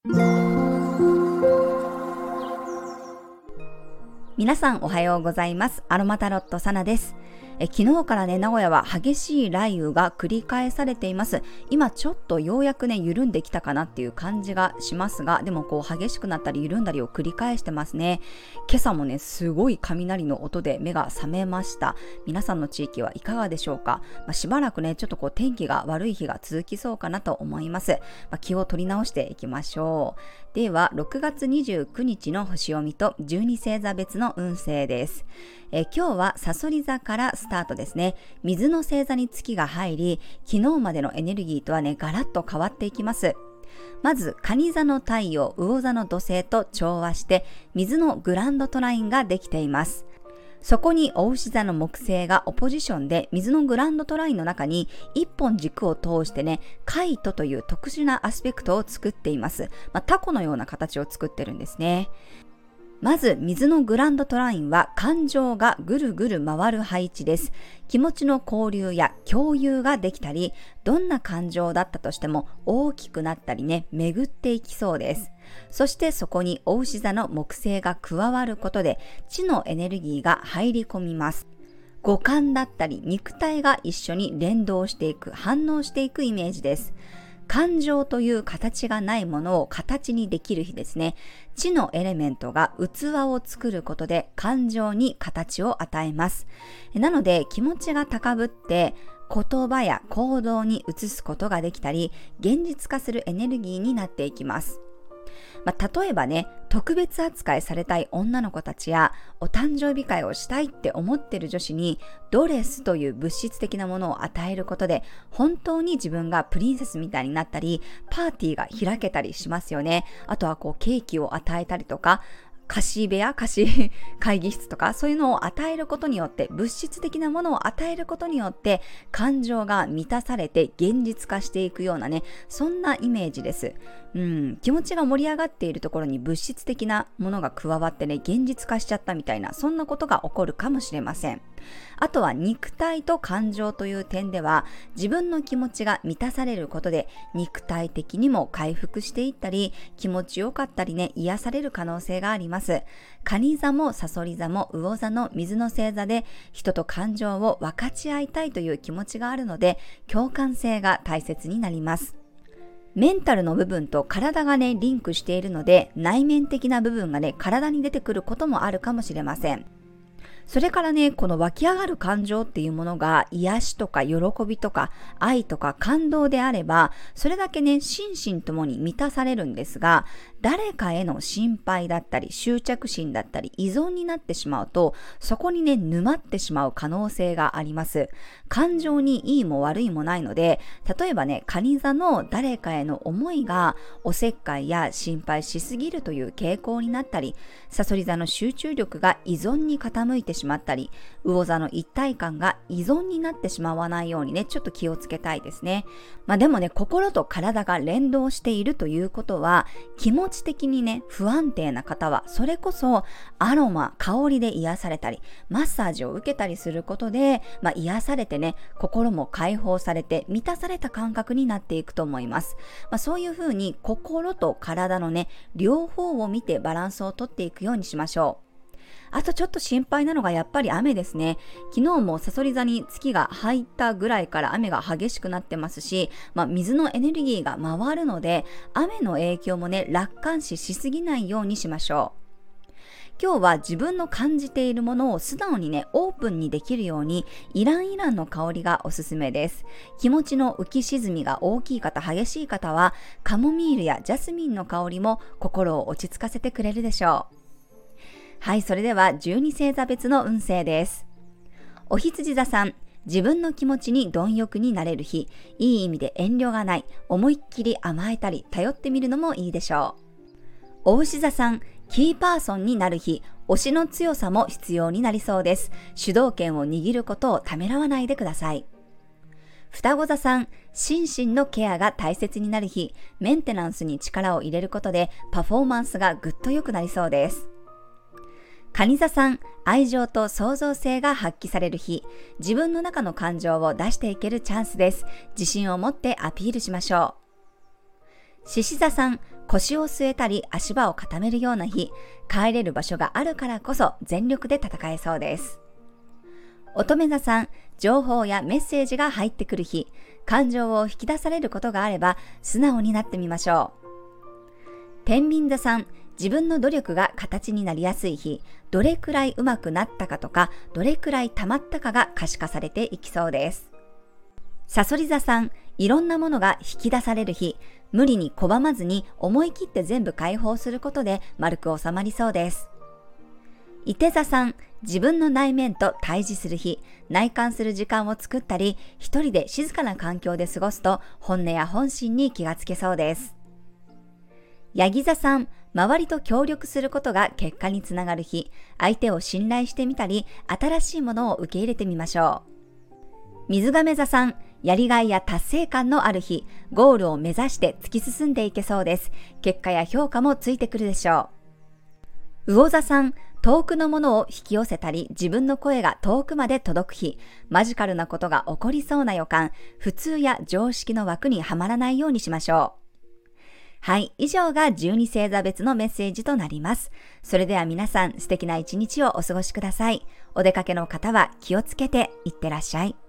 皆さんおはようございます。アロマタロットサナです。昨日からね、名古屋は激しい雷雨が繰り返されています。今ちょっとようやくね、緩んできたかなっていう感じがしますが、でも激しくなったり緩んだりを繰り返してますね。今朝もね、すごい雷の音で目が覚めました。皆さんの地域はいかがでしょうか。しばらくね、ちょっと天気が悪い日が続きそうかなと思います。気を取り直していきましょう。では、6月29日の星読みと12星座別の運勢です。今日はさそり座からスタートですね。水の星座に月が入り、昨日までのエネルギーとはね、ガラッと変わっていきます。まず、蟹座の太陽、魚座の土星と調和して、水のグランドトラインができています。そこに牡牛座の木星がオポジションで水のグランドトラインの中に一本軸を通してね、カイトという特殊なアスペクトを作っています。タコのような形を作ってるんですね。まず水のグランドトラインは感情がぐるぐる回る配置です。気持ちの交流や共有ができたり、どんな感情だったとしても大きくなったりね、巡っていきそうです。そしてそこに牡牛座の木星が加わることで、地のエネルギーが入り込みます。五感だったり肉体が一緒に連動していく、反応していくイメージです。感情という形がないものを形にできる日ですね。地のエレメントが器を作ることで感情に形を与えます。なので気持ちが高ぶって言葉や行動に移すことができたり、現実化するエネルギーになっていきます。例えばね、特別扱いされたい女の子たちやお誕生日会をしたいって思ってる女子にドレスという物質的なものを与えることで本当に自分がプリンセスみたいになったり、パーティーが開けたりしますよね。あとはケーキを与えたりとか、貸し部屋、会議室とかそういうのを与えることによって、物質的なものを与えることによって感情が満たされて現実化していくようなね、そんなイメージです。気持ちが盛り上がっているところに物質的なものが加わってね、現実化しちゃったみたいな、そんなことが起こるかもしれません。あとは肉体と感情という点では、自分の気持ちが満たされることで肉体的にも回復していったり、気持ちよかったりね、癒される可能性があります。蟹座もさそり座も魚座の水の星座で、人と感情を分かち合いたいという気持ちがあるので、共感性が大切になります。メンタルの部分と体がね、リンクしているので、内面的な部分がね、体に出てくることもあるかもしれません。それからね、この湧き上がる感情っていうものが癒しとか喜びとか愛とか感動であれば、それだけね、心身ともに満たされるんですが、誰かへの心配だったり執着心だったり依存になってしまうと、そこにね、沼ってしまう可能性があります。感情にいいも悪いもないので、例えばね、蟹座の誰かへの思いがおせっかいや心配しすぎるという傾向になったり、さそり座の集中力が依存に傾いてしまったり、魚座の一体感が依存になってしまわないようにね、ちょっと気をつけたいですね。でもね、心と体が連動しているということは、気持ち的にね、不安定な方はそれこそアロマ、香りで癒されたり、マッサージを受けたりすることで、癒されてね、心も解放されて満たされた感覚になっていくと思います。そういう風に心と体のね、両方を見てバランスをとっていくようにしましょう。あとちょっと心配なのがやっぱり雨ですね。昨日もさそり座に月が入ったぐらいから雨が激しくなってますし、水のエネルギーが回るので、雨の影響もね、楽観視しすぎないようにしましょう。今日は自分の感じているものを素直にね、オープンにできるようにイランイランの香りがおすすめです。気持ちの浮き沈みが大きい方、激しい方はカモミールやジャスミンの香りも心を落ち着かせてくれるでしょう。はい、それでは12星座別の運勢です。お羊座さん、自分の気持ちに貪欲になれる日、いい意味で遠慮がない、思いっきり甘えたり頼ってみるのもいいでしょう。お牛座さん、キーパーソンになる日、推しの強さも必要になりそうです。主導権を握ることをためらわないでください。双子座さん、心身のケアが大切になる日、メンテナンスに力を入れることでパフォーマンスがぐっと良くなりそうです。蟹座さん、愛情と創造性が発揮される日、自分の中の感情を出していけるチャンスです。自信を持ってアピールしましょう。獅子座さん、 腰を据えたり足場を固めるような日、帰れる場所があるからこそ全力で戦えそうです。乙女座さん、情報やメッセージが入ってくる日、感情を引き出されることがあれば素直になってみましょう。天秤座さん、自分の努力が形になりやすい日、どれくらい上手くなったかとか、どれくらい溜まったかが可視化されていきそうです。蠍座さん、いろんなものが引き出される日、無理に拒まずに思い切って全部解放することで丸く収まりそうです。射手座さん、自分の内面と対峙する日、内観する時間を作ったり、一人で静かな環境で過ごすと本音や本心に気がつけそうです。ヤギ座さん、周りと協力することが結果につながる日、相手を信頼してみたり、新しいものを受け入れてみましょう。水亀座さん、やりがいや達成感のある日、ゴールを目指して突き進んでいけそうです。結果や評価もついてくるでしょう。魚座さん、遠くのものを引き寄せたり、自分の声が遠くまで届く日、マジカルなことが起こりそうな予感、普通や常識の枠にはまらないようにしましょう。はい、以上が12星座別のメッセージとなります。それでは皆さん、素敵な一日をお過ごしください。お出かけの方は気をつけていってらっしゃい。